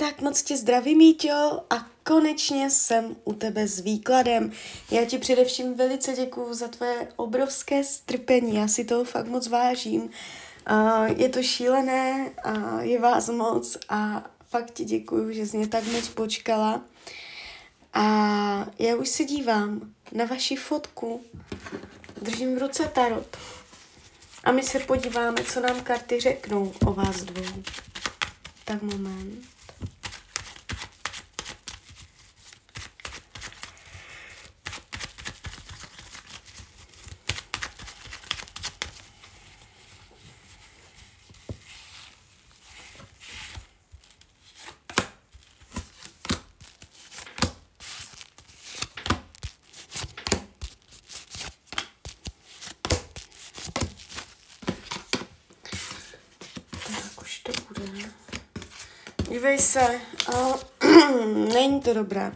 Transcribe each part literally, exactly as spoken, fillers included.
Tak moc tě zdravím, Míťo, a konečně jsem u tebe s výkladem. Já ti především velice děkuju za tvoje obrovské strpení, já si toho fakt moc vážím. Uh, je to šílené, uh, je vás moc a fakt ti děkuju, že jsi mě tak moc počkala. A já už se dívám na vaši fotku, držím v ruce tarot a my se podíváme, co nám karty řeknou o vás dvou. Tak moment. Dívej se, uh, není to dobré.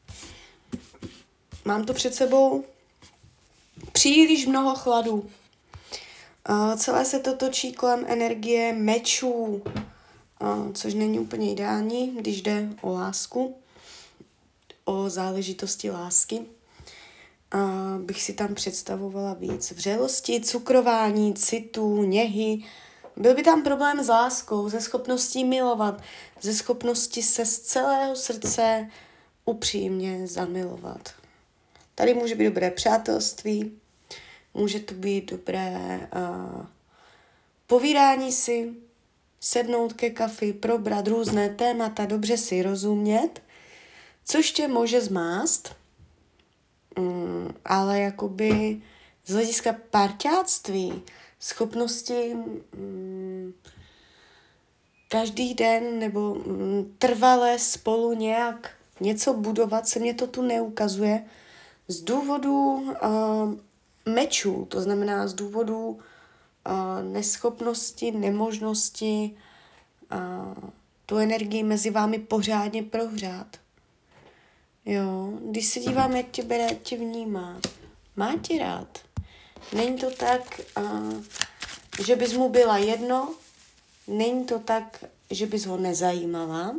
Mám tu před sebou příliš mnoho chladů. Uh, celé se to točí kolem energie mečů, uh, což není úplně ideální, když jde o lásku, o záležitosti lásky. Uh, bych si tam představovala víc vřelosti, cukrování, citu, něhy. Byl by tam problém s láskou, ze schopností milovat, ze schopnosti se z celého srdce upřímně zamilovat. Tady může být dobré přátelství, může to být dobré uh, povídání si, sednout ke kafi, probrat různé témata, dobře si rozumět, což tě může zmást, um, ale jakoby z hlediska parťáctví, schopnosti mm, každý den nebo mm, trvale spolu nějak něco budovat, se mě to tu neukazuje z důvodu uh, mečů, to znamená z důvodu uh, neschopnosti, nemožnosti uh, tu energii mezi vámi pořádně prohřát. Jo, když se dívám, jak tě bere, jak tě vnímá, má tě rád. Není to tak, uh, že bys mu byla jedno, není to tak, že bys ho nezajímala.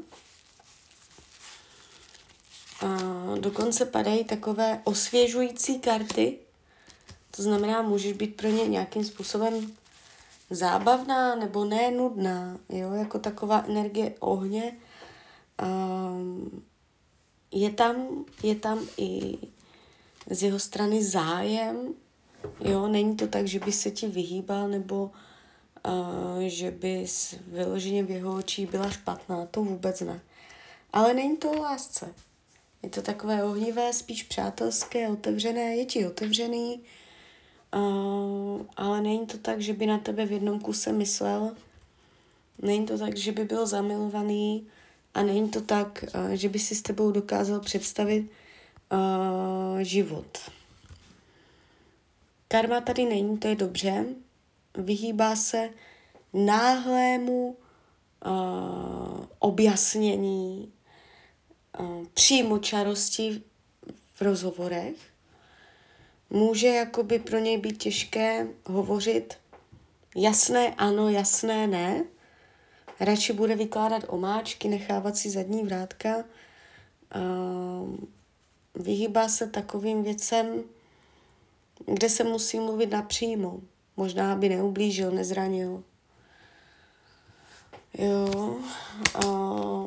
Uh, dokonce padají takové osvěžující karty, to znamená, můžeš být pro ně nějakým způsobem zábavná nebo ne nudná, jo, jako taková energie ohně. Uh, je tam, je tam i z jeho strany zájem. Jo, není to tak, že by se ti vyhýbal nebo uh, že bys vyloženě v jeho očích byla špatná, to vůbec ne. Ale není to o lásce. Je to takové ohnivé, spíš přátelské, otevřené, je ti otevřený, uh, ale není to tak, že by na tebe v jednom kuse myslel, není to tak, že by byl zamilovaný a není to tak, uh, že by si s tebou dokázal představit uh, život. Karma tady není, to je dobře. Vyhýbá se náhlému uh, objasnění, uh, přímočarosti v rozhovorech. Může jakoby pro něj být těžké hovořit jasné ano, jasné ne. Radši bude vykládat omáčky, nechávat si zadní vrátka. Uh, vyhýbá se takovým věcem, kde se musí mluvit napřímo. Možná by neublížil, nezranil. Jo. Uh,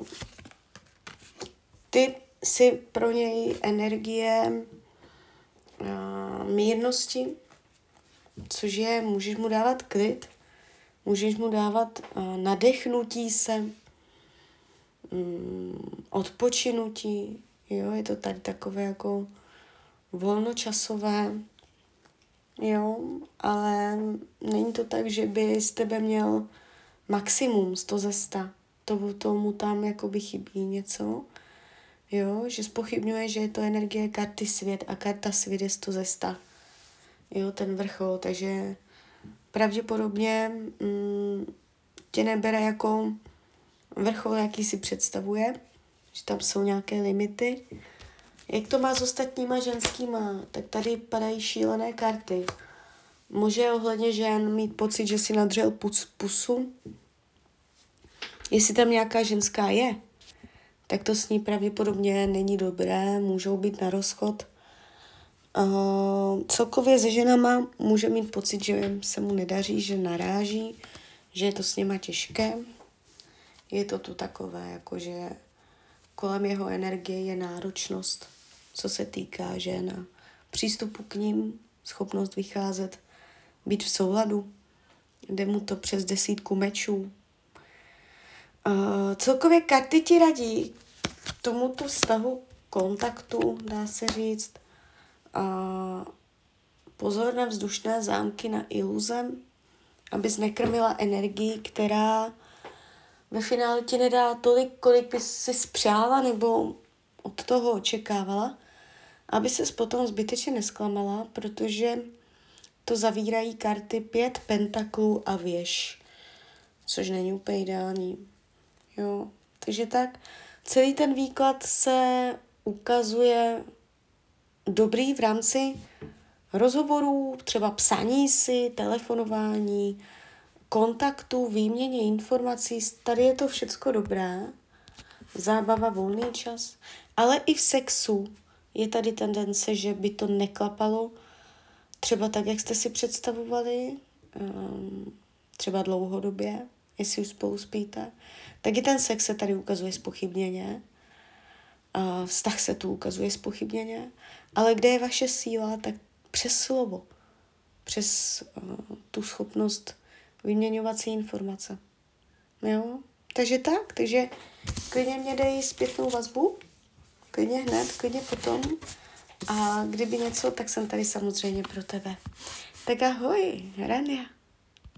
ty si pro něj energie uh, mírnosti, což je, můžeš mu dávat klid, můžeš mu dávat uh, nadechnutí se, um, odpočinutí. Jo, je to tady takové jako volnočasové. Jo, ale není to tak, že by z tebe měl maximum sto ze sta. To, tomu tam jakoby chybí něco. Jo, že zpochybňuje, že je to energie karty svět a karta svět je sto ze sta. Jo, ten vrchol, takže pravděpodobně mm, tě nebere jako vrchol, jaký si představuje, že tam jsou nějaké limity. Jak to má s ostatníma ženskýma, tak tady padají šílené karty. Může ohledně žen mít pocit, že si nadřel pus, pusu. Jestli tam nějaká ženská je, tak to s ní pravděpodobně není dobré, můžou být na rozchod. Uh, celkově se ženama může mít pocit, že se mu nedaří, že naráží, že je to s něma těžké. Je to tu takové, jakože kolem jeho energie je náročnost, co se týká žen a přístupu k ním, schopnost vycházet, být v souladu. Jde mu to přes desítku mečů. Uh, celkově karty ti radí k tomuto vztahu kontaktu, dá se říct. Uh, pozor na vzdušné zámky, na iluze, abys nekrmila energii, která ve finále ti nedá tolik, kolik bys si spřála nebo od toho očekávala, aby ses potom zbytečně nesklamala, protože to zavírají karty pět pentaklů a věž, což není úplně ideální. Jo, takže tak, celý ten výklad se ukazuje dobrý v rámci rozhovorů, třeba psaní si, telefonování, kontaktu, výměně informací, tady je to všecko dobré, zábava, volný čas, ale i v sexu je tady tendence, že by to neklapalo, třeba tak, jak jste si představovali, třeba dlouhodobě, jestli už spolu spíte, tak i ten sex se tady ukazuje zpochybněně, vztah se tu ukazuje zpochybněně, ale kde je vaše síla, tak přes slovo, přes tu schopnost vyměňovat si informace. Jo? Takže tak, takže klidně mě dej zpětnou vazbu, klidně hned, klidně potom a kdyby něco, tak jsem tady samozřejmě pro tebe. Tak ahoj, Rania.